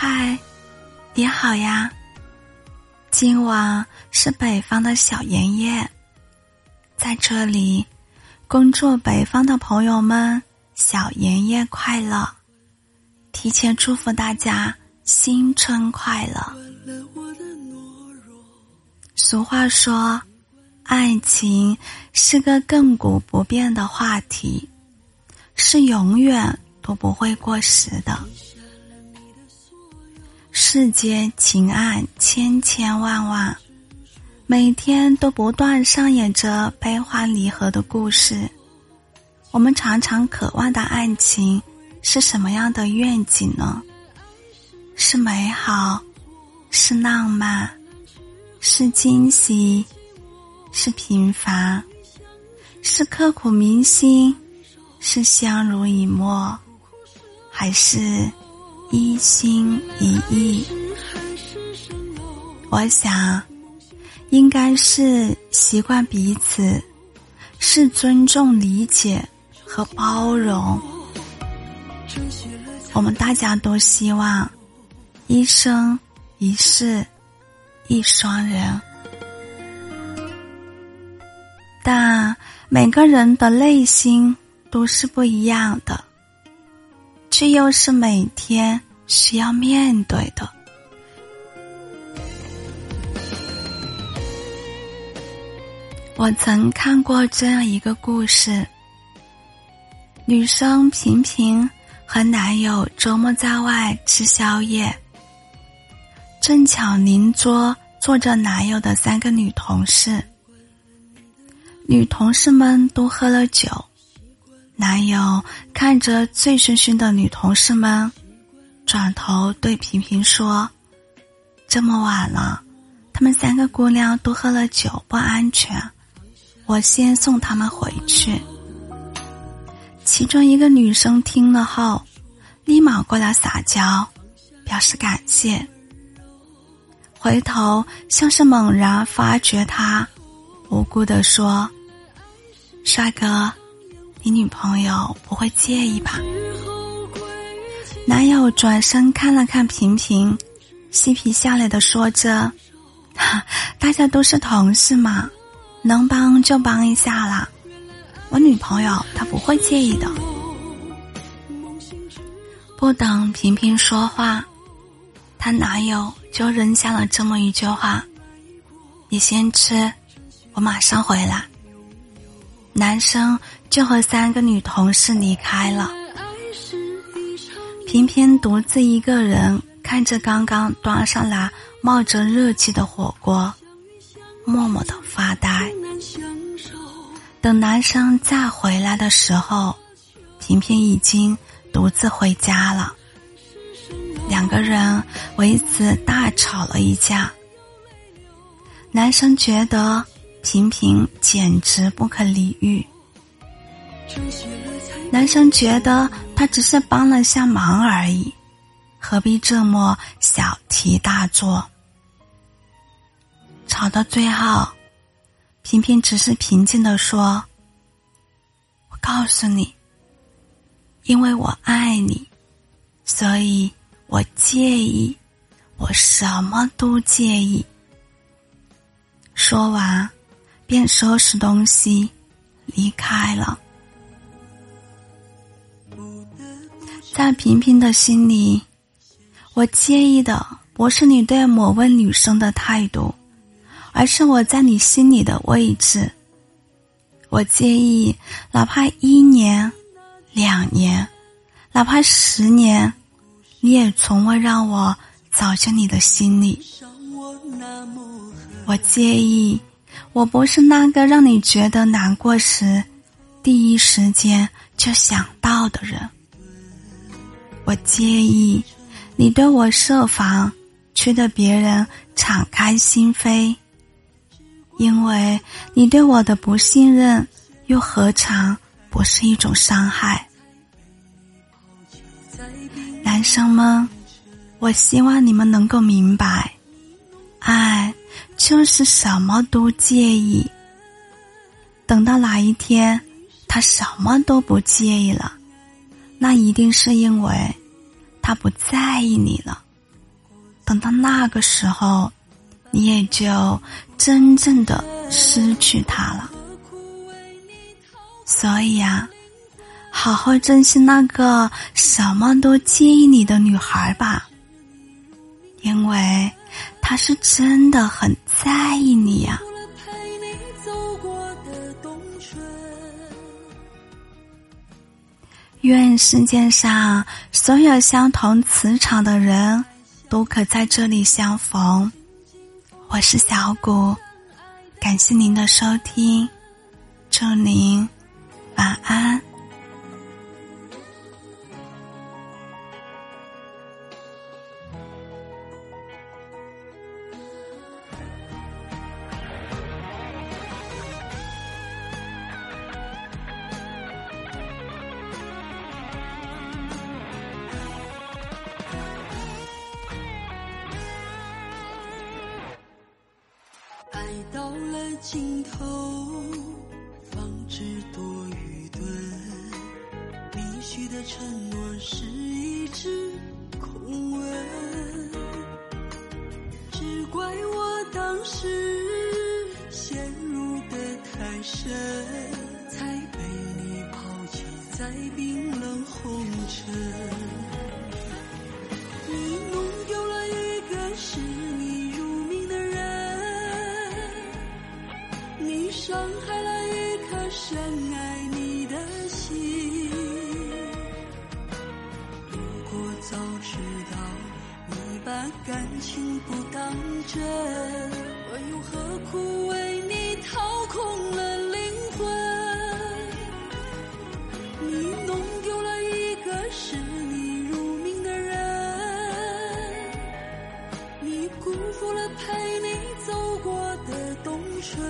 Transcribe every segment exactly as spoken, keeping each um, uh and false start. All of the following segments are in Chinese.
嗨，你好呀。今晚是北方的小年夜，在这里恭祝北方的朋友们小年夜快乐，提前祝福大家新春快乐。俗话说，爱情是个亘古不变的话题，是永远都不会过时的。世间情爱千千万万，每天都不断上演着悲欢离合的故事。我们常常渴望的爱情是什么样的愿景呢？是美好，是浪漫，是惊喜，是平凡，是刻骨铭心，是相濡以沫，还是一心一意？我想应该是习惯彼此，是尊重理解和包容。我们大家都希望一生一世一双人，但每个人的内心都是不一样的，这又是每天需要面对的。我曾看过这样一个故事，女生平平和男友周末在外吃宵夜，正巧邻桌坐着男友的三个女同事。女同事们都喝了酒，男友看着醉醺醺的女同事们，转头对平平说，这么晚了，她们三个姑娘都喝了酒，不安全，我先送她们回去。其中一个女生听了后，立马过来撒娇，表示感谢。回头像是猛然发觉她，无辜地说，帅哥，你女朋友不会介意吧？男友转身看了看平平，嬉皮笑脸地说着，大家都是同事嘛，能帮就帮一下啦，我女朋友她不会介意的。不等平平说话，她男友就扔下了这么一句话，你先吃，我马上回来。男生就和三个女同事离开了。平平独自一个人看着刚刚端上来冒着热气的火锅，默默地发呆。等男生再回来的时候，平平已经独自回家了。两个人为此大吵了一架。男生觉得平平简直不可理喻，男生觉得他只是帮了下忙而已，何必这么小题大做。吵到最后，平平只是平静地说，我告诉你，因为我爱你，所以我介意，我什么都介意。说完便收拾东西离开了。在平平的心里，我介意的不是你对某位女生的态度，而是我在你心里的位置。我介意哪怕一年两年，哪怕十年，你也从未让我走进你的心里。我介意我不是那个让你觉得难过时第一时间就想到的人。我介意你对我设防，却对别人敞开心扉，因为你对我的不信任又何尝不是一种伤害。男生们，我希望你们能够明白，爱就是什么都介意。等到哪一天他什么都不介意了，那一定是因为他不在意你了。 等到那个时候，你也就真正的失去他了。所以啊，好好珍惜那个什么都介意你的女孩吧，因为她是真的很在意你呀。愿世界上所有相同磁场的人都可在这里相逢。我是小谷，感谢您的收听，祝您晚安。 爱到了尽头，方知多愚钝。你许的承诺是一纸空文，只怪我当时陷入的太深，才被你抛弃在冰冷红尘。你弄丢了一个是你如命的人，你伤害了一颗深爱你的心。如果早知道你把感情不当真，我又何苦为你掏空了灵魂。你弄丢了一个是你如命的人，你辜负了陪你走过的冬春。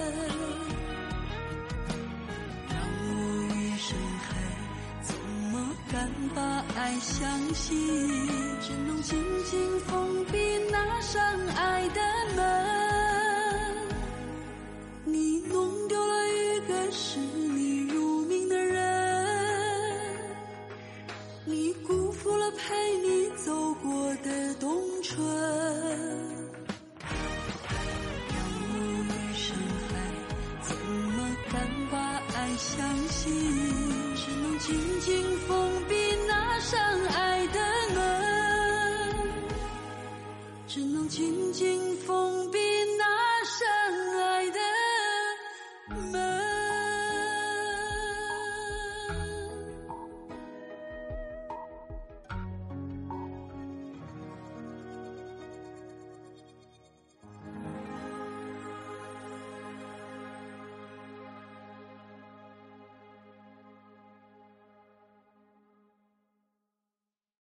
让我余生还怎么敢把爱相信，只能紧紧封闭那扇爱的门。你弄丢了一个是你如命的人，你辜负了陪你走过的冬春。让我余生还怎么敢把爱相信，只能紧紧封闭那扇爱